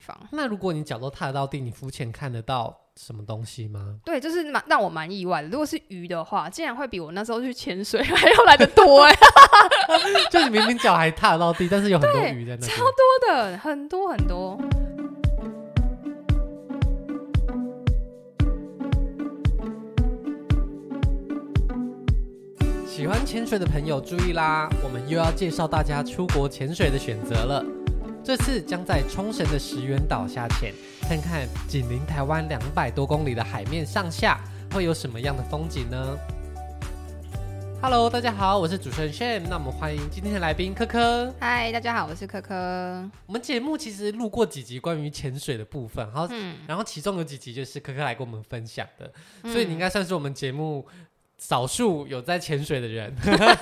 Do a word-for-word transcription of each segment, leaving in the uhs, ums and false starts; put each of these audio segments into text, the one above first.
方。 那如果你脚都踏得到地，你浮潜看得到什么东西吗？ 对，就是蛮让我蛮意外的。如果是鱼的话，竟然会比我那时候去潜水还要来得多哎、 欸！就你明明脚还踏得到地，但是有很多鱼在那边， 超多的，很多很多。 喜欢潜水的朋友注意啦，我们又要介绍大家出国潜水的选择了。这次将在冲绳的石垣岛下潜，看看紧邻台湾两百多公里的海面上下会有什么样的风景呢？ Hello， 大家好，我是主持人 Shane， 那我们欢迎今天的来宾科科。 嗨，大家好，我是科科。 我们节目其实录过几集关于潜水的部分，然后、 嗯、然后其中有几集就是科科来跟我们分享的，嗯、所以你应该算是我们节目少数有在潜水的人。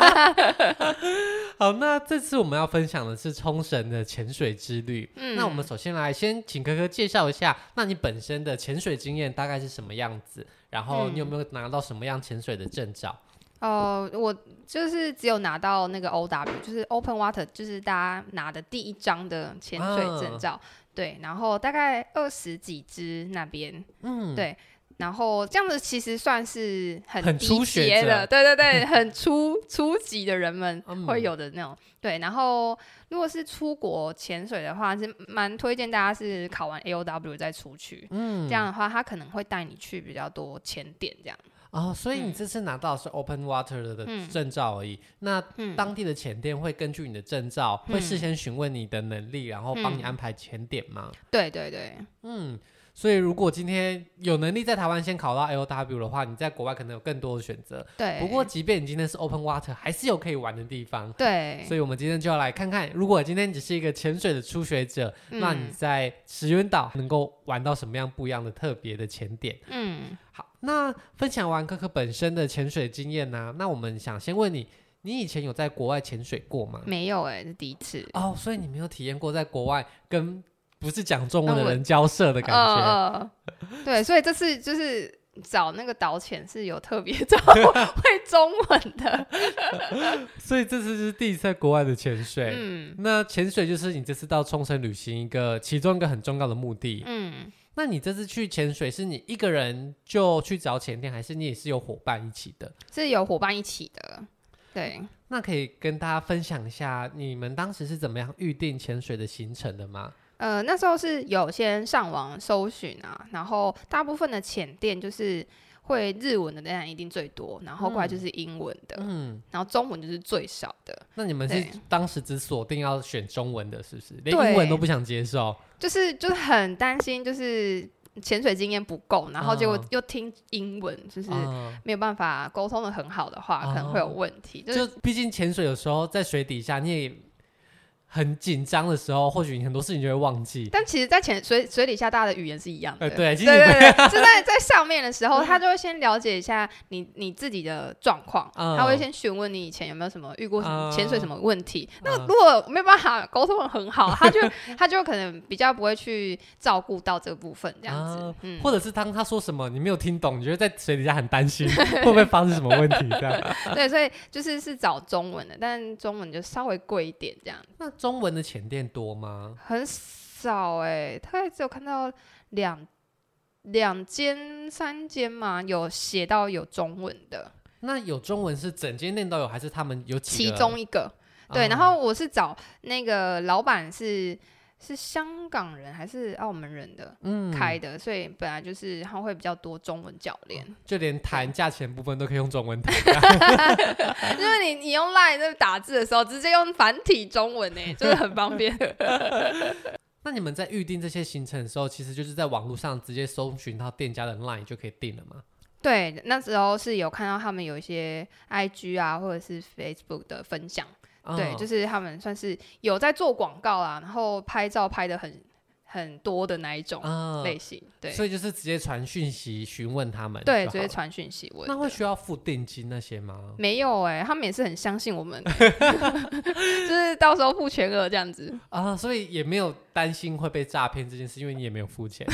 好，那这次我们要分享的是冲绳的潜水之旅、嗯、那我们首先来先请科科介绍一下，那你本身的潜水经验大概是什么样子，然后你有没有拿到什么样潜水的证照？ 哦、呃，我就是只有拿到那个 O W， 就是 Open Water， 就是大家拿的第一张的潜水证照、啊、对，然后大概二十几支那边，嗯，对，然后这样子其实算是很低阶的，对对对，很初初级的人们会有的那种、嗯、对，然后如果是出国潜水的话，是蛮推荐大家是考完 A O W 再出去，嗯，这样的话他可能会带你去比较多潜点这样。 哦，所以你这次拿到的是 Open Water 的证照而已、嗯、那当地的潜店会根据你的证照、嗯、会事先询问你的能力，然后帮你安排潜点吗？ 对对对， 嗯，所以如果今天有能力在台湾先考到 A O W 的话，你在国外可能有更多的选择。 对， 不过即便你今天是 Open Water 还是有可以玩的地方。 对， 所以我们今天就要来看看，如果今天只是一个潜水的初学者、嗯、那你在石垣岛能够玩到什么样不一样的特别的潜点。嗯，好，那分享完科科本身的潜水经验呢、啊，那我们想先问你，你以前有在国外潜水过吗？ 没有哎、欸，是第一次。 哦，所以你没有体验过在国外跟不是讲中文的人交涉的感觉。呃呃、 对，所以这次就是找那个导潜是有特别找会中文的。 所以这次是第一次在国外的潜水。嗯，那潜水就是你这次到冲绳旅行一个其中一个很重要的目的。嗯，那你这次去潜水是你一个人就去找潜店，还是你也是有伙伴一起的？ 是有伙伴一起的。对， 那可以跟大家分享一下你们当时是怎么样预定潜水的行程的吗？ 呃，那时候是有先上网搜寻啊，然后大部分的潜店就是会日文的当然一定最多，然后过来就是英文的，嗯，然后中文就是最少的。 那你们是当时只锁定要选中文的，是不是？连英文都不想接受？ 就是就是很担心，就是潜水经验不够，然后结果又听英文，嗯、就是没有办法沟通的很好的话，嗯、可能会有问题。 就毕竟潜水有时候在水底下，你也很紧张的时候，或许你很多事情就会忘记。 但其实，在潜水水底下，大家的语言是一样的。 呃、对，其实对对对，就在在上面的时候，他就会先了解一下你你自己的状况，嗯、他会先询问你以前有没有什么遇过什么潜水什么问题。嗯、那如果没有办法沟通的很好，他就他就可能比较不会去照顾到这个部分，这样子。啊嗯、或者是当他说什么你没有听懂，你觉得在水底下很担心会不会发生什么问题这样。 对，所以就是是找中文的，但中文就稍微贵一点这样。 那中文的潜店多吗？ 很少哎、欸，大概只有看到两两间三间嘛，有写到有中文的。 那有中文是整间店都有，还是他们有几个？其中一个。对，啊、然后我是找那个老板是是香港人还是澳门人的、嗯、开的，所以本来就是他会比较多中文教练、哦， 就连谈价钱部分都可以用中文谈。 因为你你用 LINE 在打字的时候，直接用繁体中文呢，就是很方便。 那你们在预定这些行程的时候，其实就是在网络上直接搜寻到店家的 LINE 就可以订了吗？ 对，那时候是有看到他们有一些 I G 啊，或者是 Facebook 的分享。哦、对，就是他们算是有在做广告啦，然后拍照拍的很很多的那一种类型、哦、对， 所以就是直接传讯息询问他们， 对，直接传讯息问。 那会需要付定金那些吗？ 没有哎、欸，他们也是很相信我们、欸，就是到时候付全额这样子啊，所以也没有担心会被诈骗这件事，因为你也没有付钱。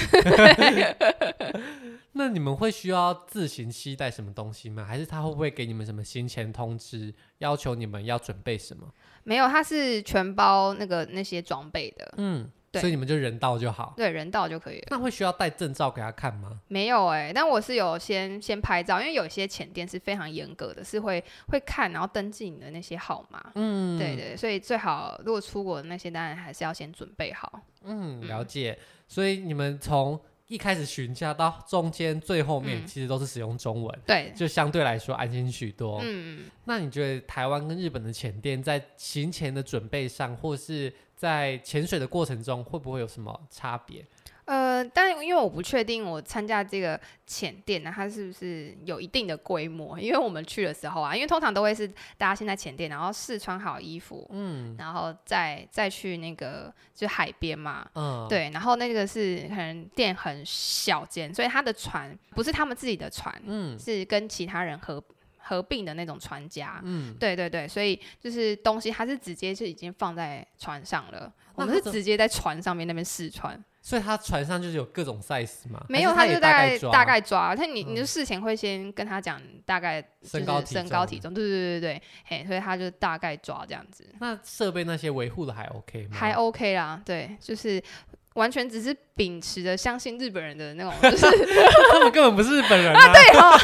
那你们会需要自行携带什么东西吗？还是他会不会给你们什么行前通知，要求你们要准备什么？ 没有，他是全包那个那些装备的。嗯， 所以你们就人到就好。 对，人到就可以了。 那会需要带证照给他看吗？ 没有哎、欸，但我是有先先拍照，因为有些潜店是非常严格的，是会会看然后登记你的那些号码。嗯，对对，所以最好如果出国的那些，当然还是要先准备好。 嗯，了解。嗯、所以你们从一开始询价到中间最后面、嗯、其实都是使用中文， 对， 就相对来说安心许多。嗯，那你觉得台湾跟日本的潜店在行前的准备上，或是在潜水的过程中，会不会有什么差别？ 呃，但因为我不确定我参加这个潜店呢，它是不是有一定的规模？因为我们去的时候啊，因为通常都会是大家先在潜店，然后试穿好衣服，嗯，然后再再去那个就海边嘛，嗯，对，然后那个是可能店很小间，所以他的船不是他们自己的船，嗯，是跟其他人合合并的那种船家，嗯，对对对，所以就是东西它是直接就已经放在船上了，我们是直接在船上面那边试穿。 所以他船上就是有各种 size 吗？ 没有，他就大概大概抓。他你你就事前会先跟他讲大概身高体重， 身高体重，对对对对对，嘿，所以他就大概抓这样子。 那设备那些维护的还 OK 吗？ 还 OK 啦，对，就是完全只是秉持着相信日本人的那种，就是他们根本不是日本人啊。 啊对哦。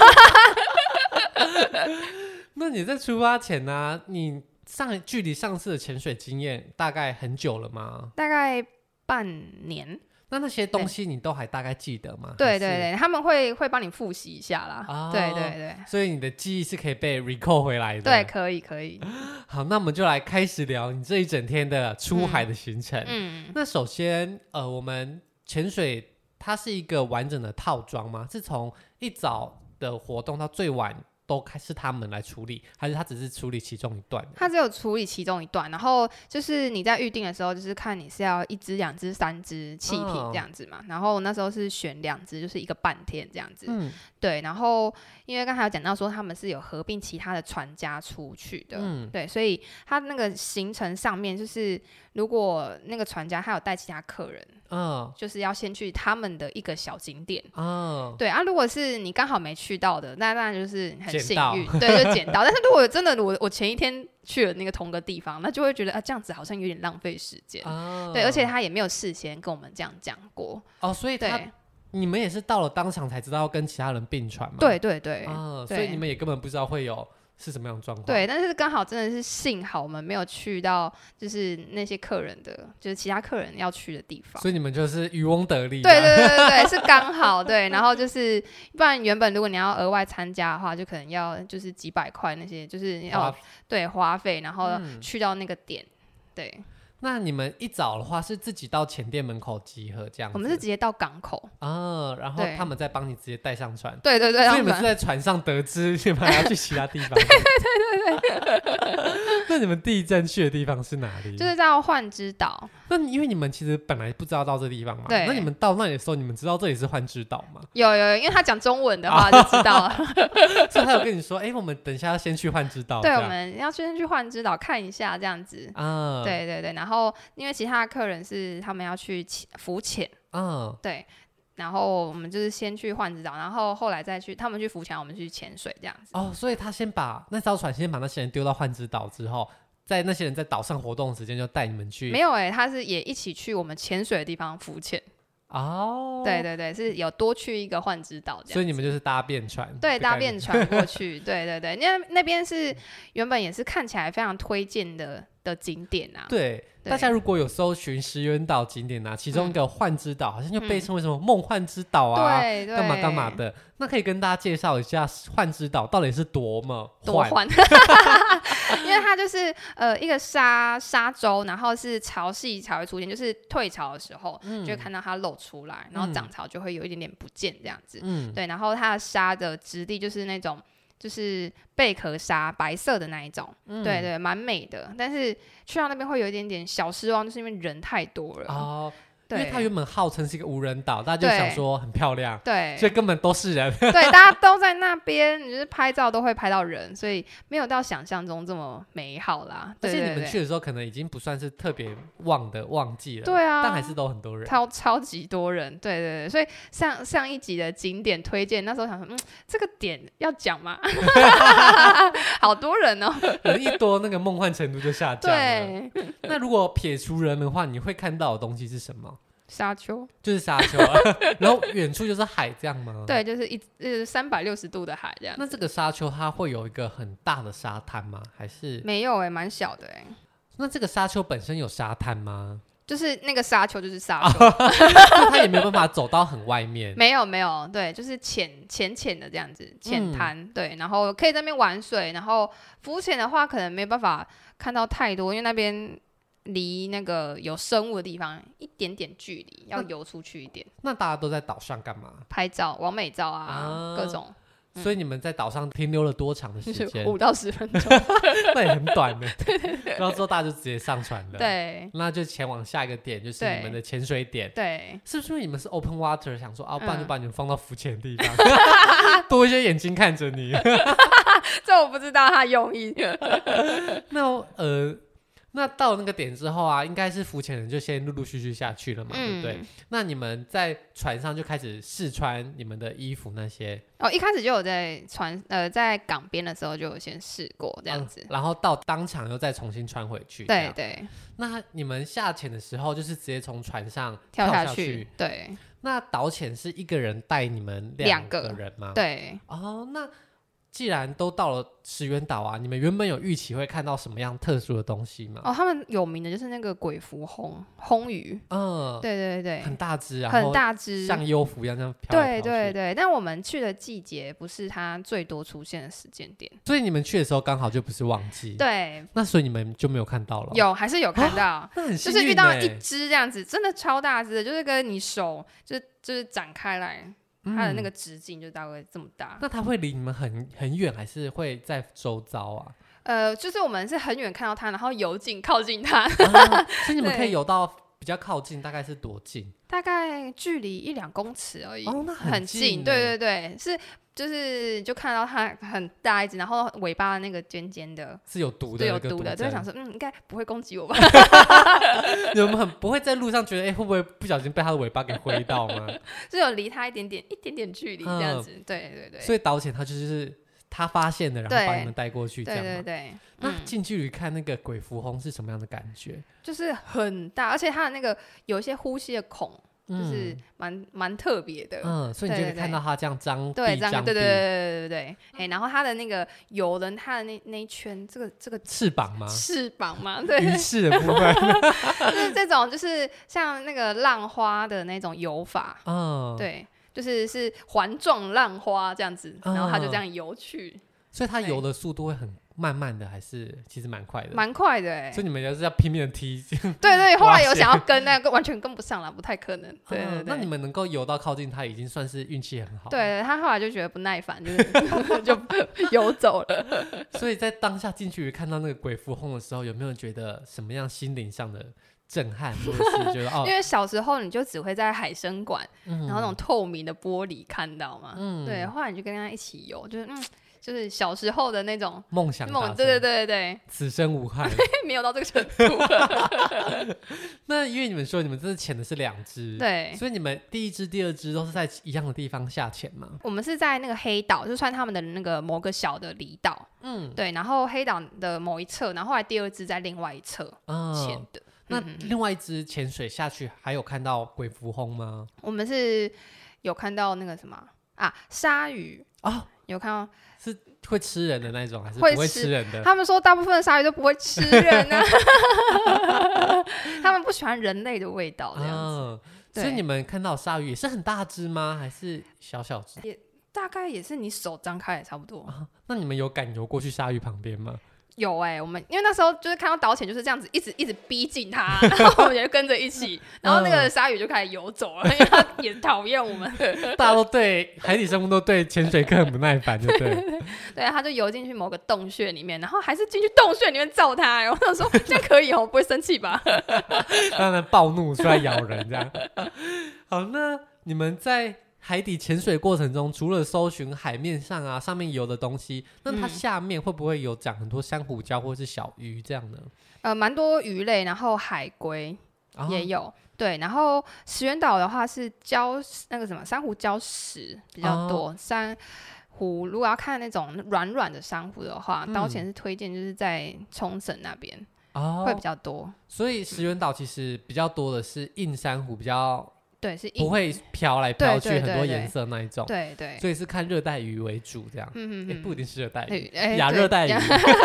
那你在出发前呢、啊，你上距离上次的潜水经验大概很久了吗？ 大概半年。 那那些东西你都还大概记得吗？ 对对对，他们会会帮你复习一下啦。哦、对对对， 所以你的记忆是可以被 recall 回来的。 对，可以可以。 好，那我们就来开始聊你这一整天的出海的行程。嗯，嗯那首先，呃，我们潜水它是一个完整的套装吗？是从一早的活动到最晚都是他们来处理，还是他只是处理其中一段？ 他只有处理其中一段，然后就是你在预定的时候，就是看你是要一支、两支、三支气瓶这样子嘛。哦、然后那时候是选两支，就是一个半天这样子。嗯，对。然后因为刚才有讲到说他们是有合并其他的船家出去的，嗯，对，所以他那个行程上面就是如果那个船家他有带其他客人。嗯，就是要先去他们的一个小景点。嗯，对啊，如果是你刚好没去到的，那当然就是很幸运，对，就捡到。但是如果真的我我前一天去了那个同个地方，那就会觉得啊，这样子好像有点浪费时间。哦、对，而且他也没有事先跟我们这样讲过。 哦，所以他对你们也是到了当场才知道要跟其他人并船吗？ 对对对。 啊，所以你们也根本不知道会有。是什么样的状况？ 对，但是刚好真的是幸好我们没有去到，就是那些客人的，就是其他客人要去的地方。 所以你们就是渔翁得利。 对对对对对，是刚好对。然后就是，不然原本如果你要额外参加的话，就可能要就是几百块那些，就是要对花费，然后去到那个点，嗯、对。 那你们一早的话是自己到潜店门口集合这样子？ 我们是直接到港口啊，然后他们再帮你直接带上船。 对对对， 所以你们是在船上得知你们还要去其他地方。对对对对对。那你们第一站去的地方是哪里？ 就是在幻之岛。 那因为你们其实本来不知道到这地方嘛，对。那你们到那里的时候，你们知道这里是幻之岛吗？ 有有，因为他讲中文的话就知道了。 所以他有跟你说，哎、欸，我们等一下要先去幻之岛。 对，我们要先去幻之岛看一下这样子。啊，对对对，然后因为其他的客人是他们要去浮潜，嗯，对，然后我们就是先去幻之岛，然后后来再去他们去浮潜，我们去潜水这样子。 哦，所以他先把那艘船先把那些人丢到幻之岛之后，在那些人在岛上活动的时间就带你们去。 没有哎、欸，他是也一起去我们潜水的地方浮潜。哦，对对对，是有多去一个幻之岛这样， 所以你们就是搭便船， 对，搭便船过去，对对对，因为那边是原本也是看起来非常推荐的的景点啊。 对，大家如果有搜寻石垣岛景点啊，其中一个幻之岛、嗯、好像就被称为什么梦幻之岛啊，对对，干嘛干嘛的。那可以跟大家介绍一下幻之岛到底是多么多幻，因为它就是呃一个沙沙洲，然后是潮汐才会出现，就是退潮的时候、嗯、就会看到它露出来，然后涨潮就会有一点点不见这样子。嗯，对，然后它的沙的质地就是那种。就是贝壳沙，白色的那一种，嗯、对对，蛮美的。但是去到那边会有一点点小失望，就是因为人太多了。哦， 因为它原本号称是一个无人岛，大家就想说很漂亮， 对， 所以根本都是人， 对，大家都在那边，你就是拍照都会拍到人，所以没有到想象中这么美好啦。对对对， 而且你们去的时候可能已经不算是特别旺的旺季了， 对啊， 但还是都很多人， 超超级多人，对对对，所以上上一集的景点推荐，那时候想说，嗯，这个点要讲吗？好多人哦， 人一多，那个梦幻程度就下降了。 对， 那如果撇除人的话，你会看到的东西是什么？ 沙丘， 就是沙丘、啊，然后远处就是海，这样吗？ 对，就是一呃三百六十度的海这样。 那这个沙丘它会有一个很大的沙滩吗？还是没有哎、欸，蛮小的哎、欸。 那这个沙丘本身有沙滩吗？ 就是那个沙丘，就是沙丘， 它也没有办法走到很外面。 没有没有，对，就是浅浅浅的这样子，浅滩、嗯，对，然后可以在那边玩水，然后浮潜的话，可能没办法看到太多，因为那边离那个有生物的地方一点点距离，要游出去一点。 那大家都在岛上干嘛？ 拍照、完美照啊，啊各种。 所以你们在岛上停留了多长的时间？ 五到十分钟， 那也很短的。对对对。然后之后大家就直接上船了。 对。 那就前往下一个点，就是你们的潜水点。 对。 是不是因为你们是 open water， 想说啊，不然就把你们放到浮潜的地方，嗯、多一些眼睛看着你。 这我不知道他用意。 那呃。那到那个点之后啊，应该是浮潜人就先陆陆续续下去了嘛，嗯、对不对？那你们在船上就开始试穿你们的衣服那些？ 哦，一开始就有在船呃在港边的时候就有先试过这样子、嗯， 然后到当场又再重新穿回去。 对对。 那你们下潜的时候就是直接从船上跳下去？ 下去对。 那导潜是一个人带你们两个人吗？ 对。 哦，那。既然都到了石垣岛啊，你们原本有预期会看到什么样特殊的东西吗？ 哦，他们有名的就是那个鬼蝠魟魟鱼，嗯，对对对， 很大只啊， 很大只， 像幽浮一样这样飘来飘去。 对对对，但我们去的季节不是它最多出现的时间点， 所以你们去的时候刚好就不是旺季。 对， 那所以你们就没有看到了？ 有，还是有看到， 啊、那很幸运欸， 就是遇到一只这样子，真的超大只的，就是跟你手就是就是展开来。它的那个直径就大概这么大、嗯， 那它会离你们很很远，还是会在周遭啊？ 呃，就是我们是很远看到它，然后游近靠近它、啊， 所以你们可以游到比较靠近，大概是多近？ 大概距离一两公尺而已， 哦，那很近，很近对对对，是就是就看到它很大一只，然后尾巴的那个尖尖的， 是有毒的， 有毒的，就会想说，嗯，应该不会攻击我吧？ 你们很不会在路上觉得，哎、欸，会不会不小心被它的尾巴给挥到吗？ 是有离它一点点、一点点距离这样子，嗯、对对对。 所以导潜它就是他发现的，然后把你们带过去，这样。 对对对。 那近距离看那个鬼蝠魟是什么样的感觉？ 就是很大，而且它的那个有一些呼吸的孔。就是蛮蛮特别的， 嗯，所以你就可以看到它这样张对张闭， 对对对对对对，哎，然后它的那个游人，它的那那一圈，这个这个翅膀吗？ 翅膀吗？对， 鱼翅的部分， 就是这种，就是像那个浪花的那种游法，嗯，对，就是是环状浪花这样子，然后它就这样游去， 所以它游的速度会很慢慢的，还是其实蛮快的？ 蛮快的哎， 所以你们就是要拼命的踢。 对对，后来有想要跟，但完全跟不上了，不太可能。对对对， 那你们能够游到靠近它，已经算是运气很好。 对，他后来就觉得不耐烦，就是就游走了。 所以在当下进去看到那个鬼蝠魟的时候，有没有觉得什么样心灵上的震撼，或者是觉得哦？ 因为小时候你就只会在海参馆，嗯、然后那种透明的玻璃看到嘛。嗯，对，后来你就跟他一起游，就是嗯。就是小时候的那种梦想， 梦，对对对对对， 此生无憾， 没有到这个程度。 那因为你们说你们这次潜的是两只， 对， 所以你们第一只、第二只都是在一样的地方下潜吗？ 我们是在那个黑岛，就算他们的那个某个小的离岛，嗯，对，然后黑岛的某一侧，然后后来第二只在另外一侧潜的。嗯、 那另外一只潜水下去，还有看到鬼蝠魟吗？ 我们是有看到那个什么啊，鲨鱼哦， 有看到。 是会吃人的那种，还是不会吃人的？ 他们说大部分的鲨鱼都不会吃人啊，他们不喜欢人类的味道这样子。嗯、 所以你们看到鲨鱼也是很大只吗？还是小小只？ 也大概也是你手张开也差不多。 啊、那你们有敢游过去鲨鱼旁边吗？ 有哎、欸，我们因为那时候就是看到导潜就是这样子，一直一直逼近他，然后我们就跟着一起，然后那个鲨鱼就开始游走了，因为他也讨厌我们。 大家都对海底生物都对潜水课很不耐烦，就对了。 对，他就游进去某个洞穴里面，然后还是进去洞穴里面揍他、欸。我想说这样可以哦，不会生气吧？ 让他暴怒出来咬人这样。好，那你们在海底潜水过程中，除了搜寻海面上啊上面游的东西，那它下面会不会有长很多珊瑚礁或是小鱼这样呢？ 呃，蛮多鱼类，然后海龟也有。哦，对，然后石垣岛的话是礁那个什么珊瑚礁石比较多，哦、珊瑚如果要看那种软软的珊瑚的话，导潜是推荐就是在冲绳那边、哦、会比较多。 所以石垣岛其实比较多的是硬珊瑚，比较对是不会飘来飘去很多颜色那一种， 对 对, 对， 所以是看热带鱼为主这样。嗯嗯、欸、不一定是热带鱼，亚、欸、热带鱼。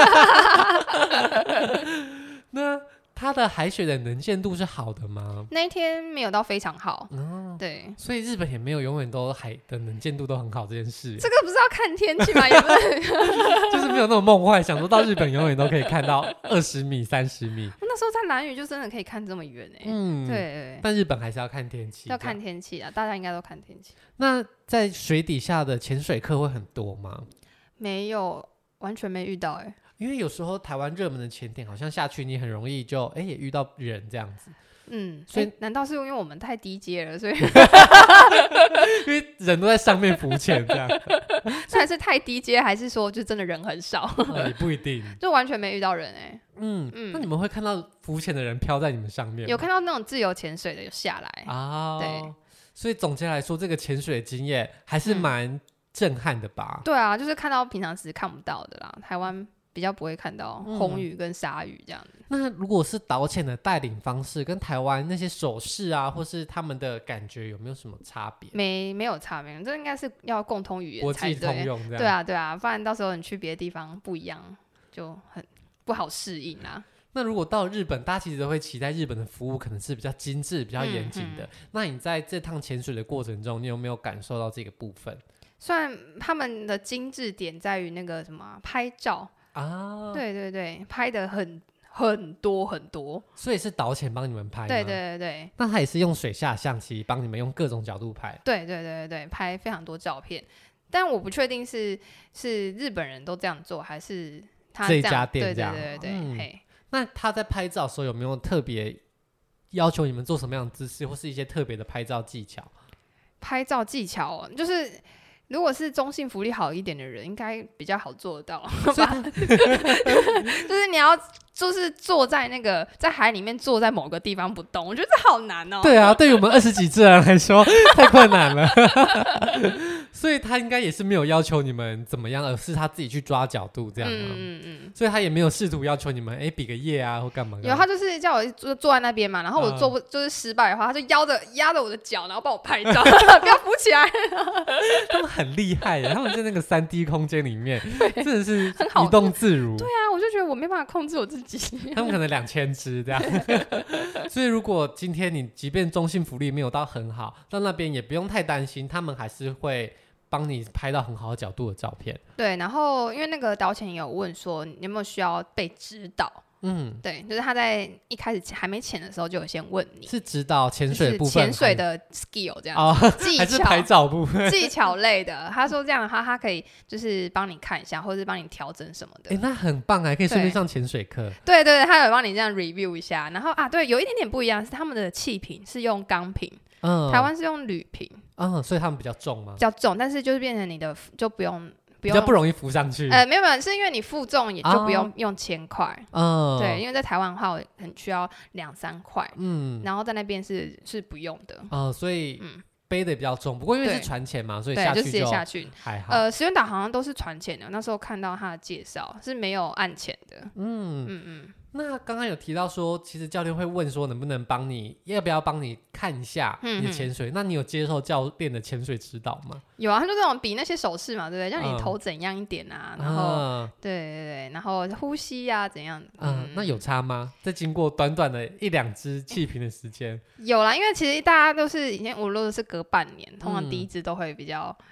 那它的海水的能见度是好的吗？ 那一天没有到非常好、哦、对， 所以日本也没有永远都海的能见度都很好这件事。 这个不是要看天气吗？也不是就是没有那种梦幻想说到日本永远都可以看到二十米三十米。 那时候在兰屿就真的可以看这么远哎、欸。嗯，对, 对， 但日本还是要看天气， 要看天气啊，大家应该都看天气。 那在水底下的潜水课会很多吗？ 没有，完全没遇到哎、欸。 因为有时候台湾热门的潜点好像下去你很容易就哎、欸、也遇到人这样子。 嗯，所以、欸、难道是因为我们太低阶了，所以因为人都在上面浮潜这样。 虽然是太低阶，还是说就真的人很少？ 也不一定， 就完全没遇到人哎、欸。 嗯嗯，那你们会看到浮潜的人飘在你们上面吗？ 有看到那种自由潜水的有下来啊、哦。对， 所以总结来说，这个潜水的经验还是蛮震撼的吧、嗯？ 对啊，就是看到平常时看不到的啦，台湾比较不会看到红鱼跟鲨鱼这样子、嗯。 那如果是导潜的带领方式，跟台湾那些手势啊，或是他们的感觉有没有什么差别？ 没没有差别，这应该是要共通语言才对， 国际通用这样。 对啊对啊，不然到时候你去别的地方不一样，就很不好适应啊。 那如果到日本，大家其实都会期待日本的服务可能是比较精致、比较严谨的、嗯嗯。那你在这趟潜水的过程中，你有没有感受到这个部分？ 虽然他们的精致点在于那个什么拍照啊，对对对，拍的很很多很多， 所以是导潜帮你们拍吗？ 对对对对， 那他也是用水下相机帮你们用各种角度拍？ 对对对对，拍非常多照片，但我不确定是是日本人都这样做，还是他这一家店这样。 对对对对、嗯、嘿。 那他在拍照的时候有没有特别要求你们做什么样的姿势，或是一些特别的拍照技巧？ 拍照技巧、哦、就是如果是中性浮力好一点的人，应该比较好做得到吧？就是你要就是坐在那个在海里面坐在某个地方不动，我觉得这好难哦。 对啊，对于我们二十几只人来说太困难了。所以他应该也是没有要求你们怎么样，而是他自己去抓角度这样吗？嗯嗯嗯。所以他也没有试图要求你们哎比个耶啊或干嘛？ 有，他就是叫我坐坐在那边嘛，然后我做不、嗯、就是失败的话，他就腰着压着我的脚，然后帮我拍照，不要浮起来。 他们很厉害的，他们在那个三 D 空间里面真的是移动自如。 对啊，我就觉得我没办法控制我自己。 他们可能两千只这样。所以如果今天你即便中性浮力没有到很好，到那边也不用太担心，他们还是会帮你拍到很好的角度的照片。 对，然后因为那个导潜也有问说你有没有需要被指导。嗯，对，就是他在一开始还没潜的时候就有先问你， 是指导潜水的部分， 潜水的 skill 这样子、 哦、 技巧还是拍照部分技巧类的。他说这样的话他可以就是帮你看一下，或者是帮你调整什么的。 哎、欸，那很棒，还可以顺便上潜水课。 对对对，他有帮你这样 review 一下。然后啊，对，有一点点不一样是他们的气瓶是用钢瓶、嗯，台湾是用铝瓶， 嗯，所以他们比较重吗？ 比较重，但是就是变成你的就不用。 比较不容易浮上去。 呃，没有没有，是因为你负重也就不用用铅块。嗯、哦，对，因为在台湾的话，我很需要两三块。嗯，然后在那边是是不用的。 哦，所以嗯。背的比较重，不过因为是船潜嘛，所以下去就直接下去还好。 呃，石垣岛好像都是船潜的，那时候看到他的介绍是没有岸潜的。 嗯嗯嗯。那刚刚有提到说，其实教练会问说能不能帮你，要不要帮你看一下你的潜水、嗯？那你有接受教练的潜水指导吗？ 有啊，他就这种比那些手势嘛，对不对？叫你头怎样一点啊，嗯、然后、嗯、对对对，然后呼吸啊怎样？ 嗯，那有差吗？在经过短短的一两支气瓶的时间、欸， 有啦，因为其实大家都是以前我如果是隔半年，通常第一支都会比较。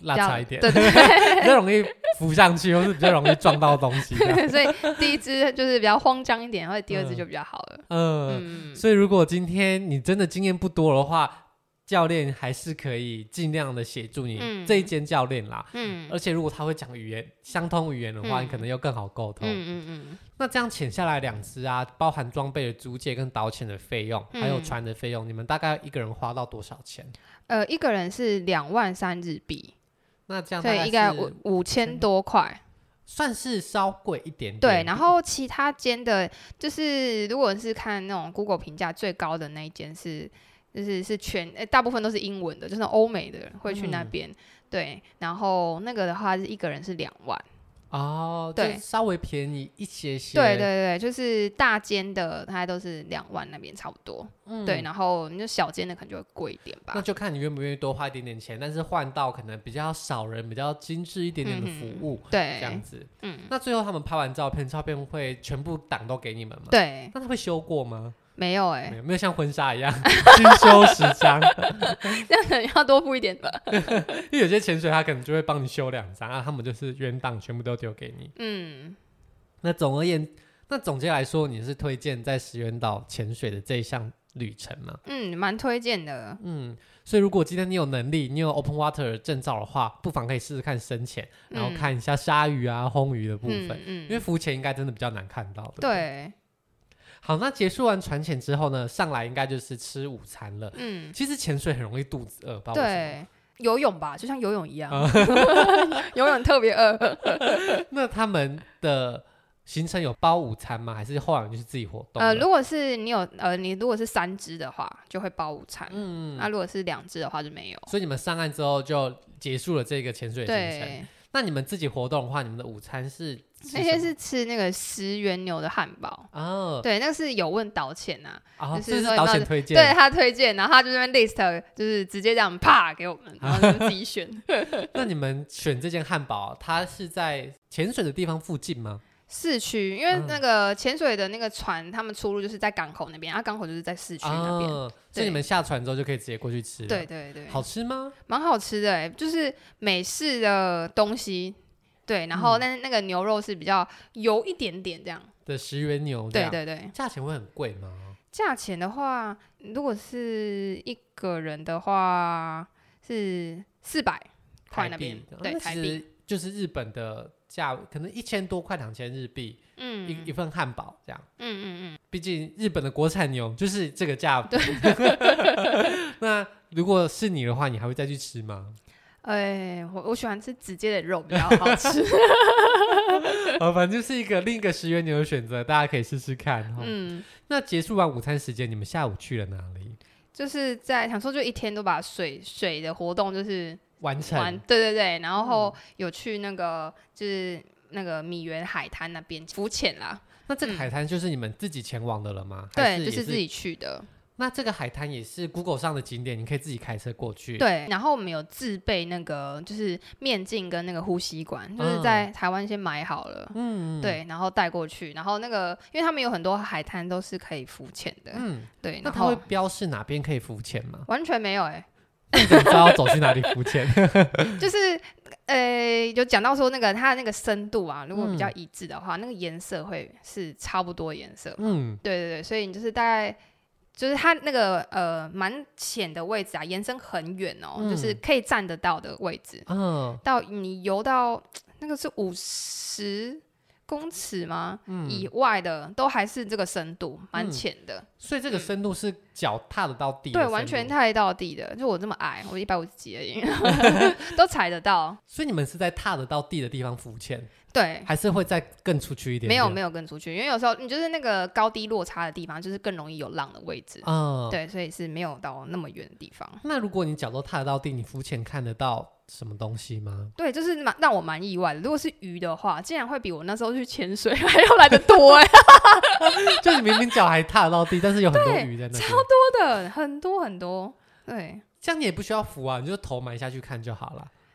拉差一点， 对对对， 比较容易浮上去，或是比较容易撞到东西。 所以第一支就是比较慌张一点，或者第二支就比较好了。 嗯，嗯所以如果今天你真的经验不多的话，教练还是可以尽量的协助你、嗯、这一间教练啦。嗯，而且如果他会讲语言相通语言的话、嗯，你可能又更好沟通。嗯嗯嗯。那这样潜下来两支啊，包含装备的租借跟导潜的费用、嗯，还有船的费用，你们大概一个人花到多少钱？ 呃，一个人是两万三日币。 那这样大概是对，应该五五千多块。 算是稍贵一点点。 对，然后其他间的，就是如果是看那种 Google 评价最高的那一间是。就是是全、欸、大部分都是英文的，就是欧美的人会去那边、嗯，对，然后那个的话是一个人是两万， 哦，对，稍微便宜一些些， 对对对，就是大间的它都是两万那边差不多、嗯，对，然后你就小间的可能就会贵一点吧， 那就看你愿不愿意多花一点点钱，但是换到可能比较少人、比较精致一点点的服务，嗯、对，这样子，嗯，那最后他们拍完照片，照片会全部档都给你们吗？ 对， 那他会修过吗？ 没有哎、欸， 没有像婚纱一样精修十张， 这样可能要多付一点吧。 因为有些潜水他可能就会帮你修两张啊，他们就是原档全部都丢给你。嗯，那总而言，那总结来说，你是推荐在石垣岛潜水的这一项旅程吗？ 嗯，蛮推荐的。 嗯，所以如果今天你有能力，你有 Open Water 证照的话，不妨可以试试看深潜，然后看一下鲨鱼啊、红鱼的部分，嗯嗯、因为浮潜应该真的比较难看到的。 对。 好，那结束完船潜之后呢，上来应该就是吃午餐了。嗯，其实潜水很容易肚子饿，不知道为什么。 对，游泳吧，就像游泳一样，游泳特别饿。 那他们的行程有包午餐吗？还是后来就是自己活动？ 呃，如果是你有呃，你如果是三只的话，就会包午餐。嗯，那如果是两只的话就没有。 所以你们上岸之后就结束了这个潜水行程。那你们自己活动的话，你们的午餐是那些是吃那个石原牛的汉堡哦，对，那个是有问导潜啊， 哦、就是说导潜推荐， 对他推荐，然后他就那边 list 就是直接这样啪给我们，然后就自己选。 那你们选这间汉堡，它是在潜水的地方附近吗？ 市区，因为那个潜水的那个船，他们出入就是在港口那边，啊，港口就是在市区那边、哦， 所以你们下船之后就可以直接过去吃了。 对对对， 好吃吗？ 蛮好吃的、欸，就是美式的东西，对，然后那、嗯、那个牛肉是比较油一点点这样的石原牛这样， 对对对， 价钱会很贵吗？ 价钱的话，如果是一个人的话是四百块那边，对，台币就是日本的。价可能一千多块两千日币，嗯，一一份汉堡这样，嗯嗯嗯，毕竟日本的国产牛就是这个价。那如果是你的话，你还会再去吃吗？ 哎，我我喜欢吃直接的肉比较好吃。 好，反正就是一个另一个石原牛的选择，大家可以试试看。嗯，那结束完午餐时间，你们下午去了哪里？就是在想说，就一天都把水水的活动就是。 完成完对对对，然后有去那个、嗯、就是那个米原海滩那边浮潜啦。 那这个海滩就是你们自己前往的了吗？ 对、 嗯， 就是自己去的。 那这个海滩也是 Google 上的景点，你可以自己开车过去。 对，然后我们有自备那个就是面镜跟那个呼吸管，嗯、就是在台湾先买好了，嗯，对，然后带过去。然后那个因为他们有很多海滩都是可以浮潜的，嗯，对。 那他会标示哪边可以浮潜吗？ 完全没有哎、欸。 你怎么知道要走去哪里浮潜？ 就是呃，有讲到说那个它的那个深度啊，如果比较一致的话，嗯、那个颜色会是差不多颜色。嗯，对对对，所以你就是大概就是它那个呃蛮浅的位置啊，延伸很远哦、嗯，就是可以站得到的位置。嗯，到你游到那个是五十公尺吗、嗯？以外的都还是这个深度，蛮浅的、嗯。 所以这个深度是脚踏得到地的、嗯？ 对，完全踏得到地的。就我这么矮，我一百五十几而已，都踩得到。 所以你们是在踏得到地的地方浮潜？ 对， 还是会再更出去一点点？ 没有，没有更出去，因为有时候你就是那个高低落差的地方，就是更容易有浪的位置。嗯，对，所以是没有到那么远的地方。 那如果你脚都踏得到地，你浮潜看得到什么东西吗？ 对，就是蛮让我蛮意外的。如果是鱼的话，竟然会比我那时候去潜水还要来得多哎、 欸！就你明明脚还踏得到地，但是有很多鱼在那边， 超多的，很多很多。对， 这样你也不需要浮啊，你就头埋下去看就好了。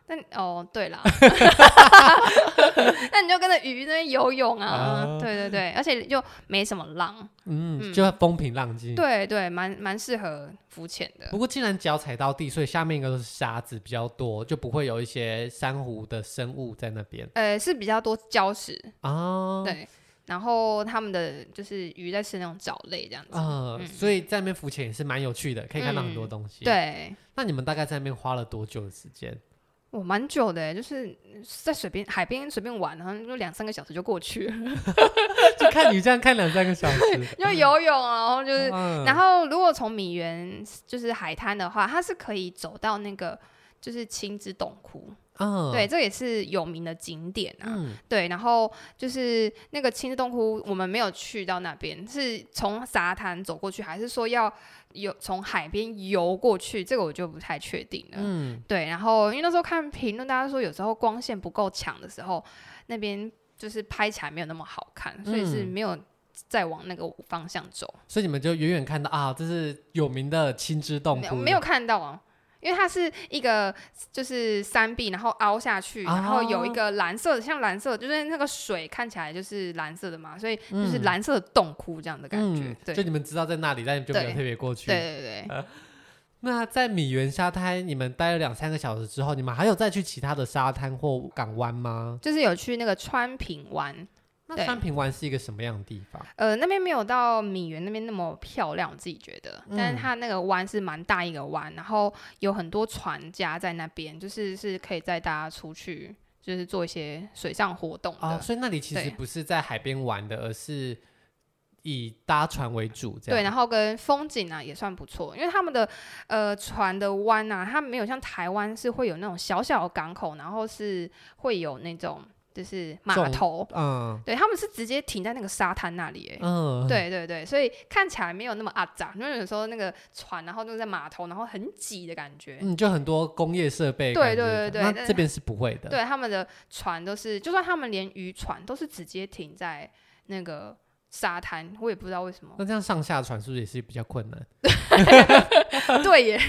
但哦，对啦，那你就跟着鱼那边游泳啊，啊对对对，而且就没什么浪， 嗯，嗯就风平浪静， 对对，蛮蛮适合浮潜的。 不过既然脚踩到地，所以下面应该都是沙子比较多，就不会有一些珊瑚的生物在那边。 呃，是比较多礁石哦， 对。然后他们的就是鱼在吃那种藻类这样子， 呃嗯、所以在那边浮潜也是蛮有趣的，可以看到很多东西。 嗯、对， 那你们大概在那边花了多久的时间？ 我蛮久的，就是在水边海边随便玩，然后就两三个小时就过去了。 就看你这样看两三个小时， 就游泳，然后就是，嗯、然后如果从米原就是海滩的话，它是可以走到那个就是青之洞窟。嗯、对，这也是有名的景点啊。嗯、对，然后就是那个青之洞窟，我们没有去到那边，是从沙滩走过去，还是说要有从海边游过去？这个我就不太确定了。嗯，对，然后因为那时候看评论，大家说有时候光线不够强的时候，那边就是拍起来没有那么好看，所以是没有再往那个方向走。 所以你们就远远看到啊，这是有名的青之洞窟， 没有看到啊。因为它是一个就是山壁，然后凹下去，然后有一个蓝色的，像蓝色就是那个水看起来就是蓝色的嘛，所以就是蓝色的洞窟这样的感觉。嗯、对， 就你们知道在那里，但你就没有特别过去。 对对对对。 呃、那在米原沙滩，你们待了两三个小时之后，你们还有再去其他的沙滩或港湾吗？ 就是有去那个川平湾。 那川平湾是一个什么样的地方？ 呃，那边没有到米原那边那么漂亮，我自己觉得。嗯、但是它那个湾是蛮大一个湾，然后有很多船家在那边，就是是可以载大家出去，就是做一些水上活动的。 哦，所以那里其实不是在海边玩的，而是以搭船为主这样。 对，然后跟风景啊也算不错，因为他们的呃船的湾啊，它没有像台湾是会有那种小小的港口，然后是会有那种。就是码头，嗯，对，他们是直接停在那个沙滩那里，哎，嗯，对对对，所以看起来没有那么阿杂，因为有时候那个船，然后就在码头，然后很挤的感觉， 嗯，就很多工业设备， 对对对对， 那这边是不会的， 对，他们的船都是，就算他们连渔船都是直接停在那个沙滩，我也不知道为什么。 那这样上下船是不是也是比较困难？ 对耶。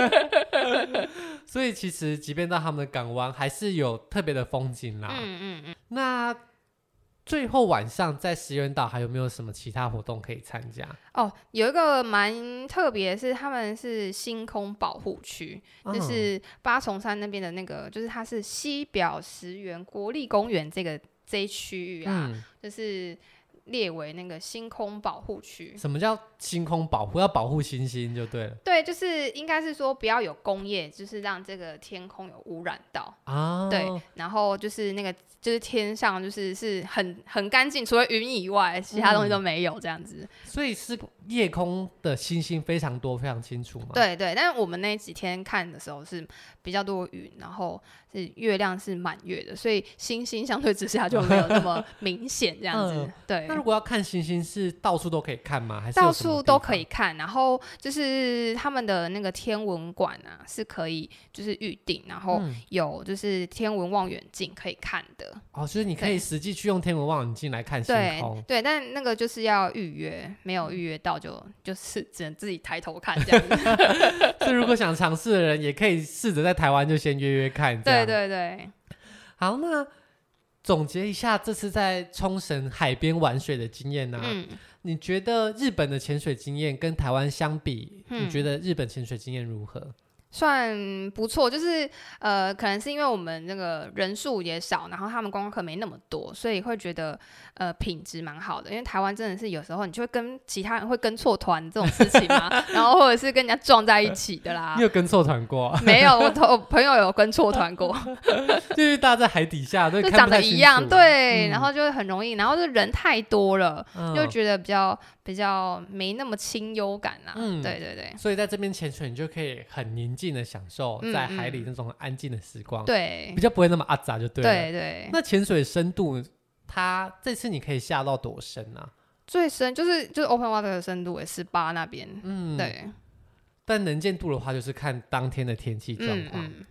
所以其实即便到他们的港湾，还是有特别的风景啦。嗯嗯嗯。那最后晚上在石垣岛还有没有什么其他活动可以参加？ 哦，有一个蛮特别的是，他们是星空保护区，嗯、就是八重山那边的那个，就是它是西表石垣国立公园这个这一区域啊，嗯、就是列为那个星空保护区。 什么叫星空保护？要保护星星就对了。 对，就是应该是说不要有工业，就是让这个天空有污染到啊。对，然后就是那个就是天上就是是很很干净，除了云以外，其他东西都没有这样子。嗯、 所以是夜空的星星非常多，非常清楚吗？ 对对，但是我们那几天看的时候是比较多云，然后是月亮是满月的，所以星星相对之下就没有那么明显这样子。嗯、对。 那如果要看星星，是到处都可以看吗？还是到处都可以看？然后就是他们的那个天文馆啊，是可以就是预定，然后有就是天文望远镜可以看的。嗯、 哦，就是你可以实际去用天文望远镜来看星空。 对对，但那个就是要预约，没有预约到就就是只能自己抬头看这样子。 所以如果想尝试的人，也可以试着在台湾就先约约看。 对对对。 好，那总结一下这次在冲绳海边玩水的经验啊，嗯、你觉得日本的潜水经验跟台湾相比，嗯、你觉得日本潜水经验如何？ 算不错，就是呃，可能是因为我们那个人数也少，然后他们观光客没那么多，所以会觉得呃品质蛮好的。因为台湾真的是有时候你就会跟其他人会跟错团这种事情嘛，然后或者是跟人家撞在一起的啦。 你有跟错团过？ 没有，我我朋友有跟错团过， 就是大家在海底下都就长得一样，对，嗯、然后就很容易，然后就人太多了，嗯、就觉得比较比较没那么清幽感啦。嗯，对对对。 所以在这边潜水，你就可以很宁静的享受在海里那种安静的时光， 对、嗯嗯， 比较不会那么阿杂就对了。 对对。 那潜水深度，它这次你可以下到多深啊？ 最深就是就是 open water 的深度也十八那边，嗯，对。 但能见度的话，就是看当天的天气状况。嗯嗯、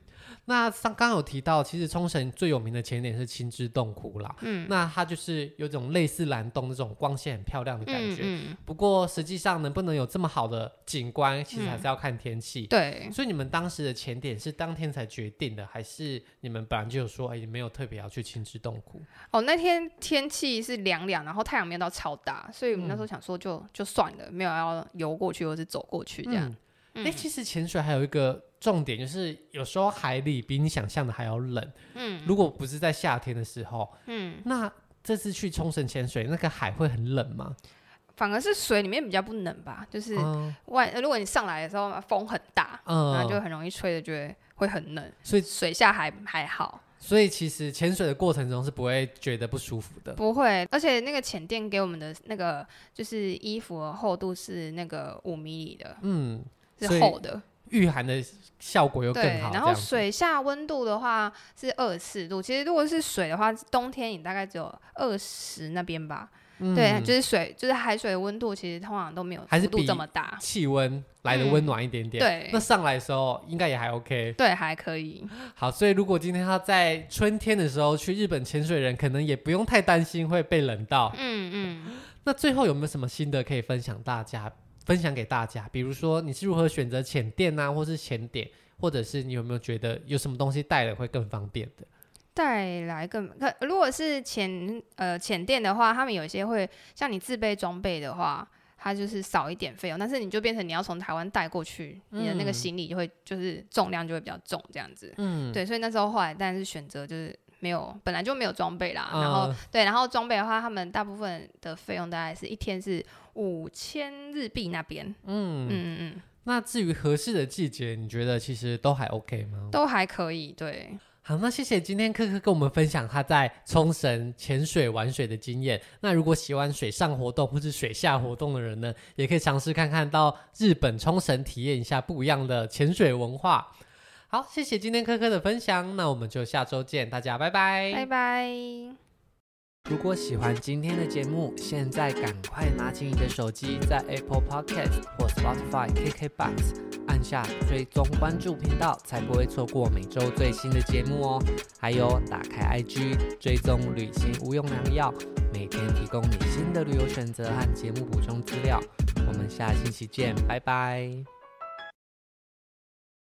那刚刚有提到，其实冲绳最有名的景点是青之洞窟啦，嗯，那它就是有种类似蓝洞那种光线很漂亮的感觉，嗯嗯，不过实际上能不能有这么好的景观，其实还是要看天气，嗯，对，所以你们当时的潜点是当天才决定的，还是你们本来就有说，哎，没有特别要去青之洞窟？ 哦，那天天气是凉凉，然后太阳没有到超大，所以我们那时候想说就、嗯、就算了，没有要游过去或是走过去这样。嗯哎、 欸，其实潜水还有一个重点，就是有时候海里比你想象的还要冷。嗯，如果不是在夏天的时候，嗯，那这次去冲绳潜水，那个海会很冷吗？ 反而是水里面比较不冷吧，就是外、嗯、如果你上来的时候风很大，嗯，然后就很容易吹的，觉得会很冷，所以水下还还好。 所以其实潜水的过程中是不会觉得不舒服的， 不会，而且那个潜店给我们的那个就是衣服的厚度是那个五米里的，嗯。是厚的， 御寒的效果又更好。 对，然后水下温度的话是二十四度，其实如果是水的话，冬天你大概只有二十那边吧。嗯、对，就是水，就是海水的温度，其实通常都没有幅度这么大， 气温来的温暖一点点。嗯、对，那上来的时候应该也还 OK。 对，还可以。 好，所以如果今天要在春天的时候去日本潜水，人可能也不用太担心会被冷到。嗯嗯。那最后有没有什么心得可以分享大家？分享给大家，比如说你是如何选择潜店啊，或是潜点，或者是你有没有觉得有什么东西带了会更方便的？ 带来更如果是潜呃潜店的话，他们有一些会像你自备装备的话，它就是少一点费用，但是你就变成你要从台湾带过去，嗯、你的那个行李就会就是重量就会比较重这样子。嗯，对，所以那时候后来当然是选择就是没有本来就没有装备啦，嗯、然后对，然后装备的话，他们大部分的费用大概是一天是五千日币那边。嗯嗯嗯。那至于合适的季节，你觉得其实都还 OK 吗？ 都还可以，对。 好，那谢谢今天科科跟我们分享他在冲绳潜水玩水的经验。那如果喜欢水上活动或是水下活动的人呢，也可以尝试看看到日本冲绳体验一下不一样的潜水文化。好，谢谢今天科科的分享，那我们就下周见，大家拜拜， 拜拜。 如果喜欢今天的节目，现在赶快拿起你的手机，在 Apple Podcast 或 Spotify、K K B O X 按下追踪关注频道，才不会错过每周最新的节目哦。还有打开 I G 追踪旅行无用良药，每天提供你新的旅游选择和节目补充资料。我们下星期见，拜拜。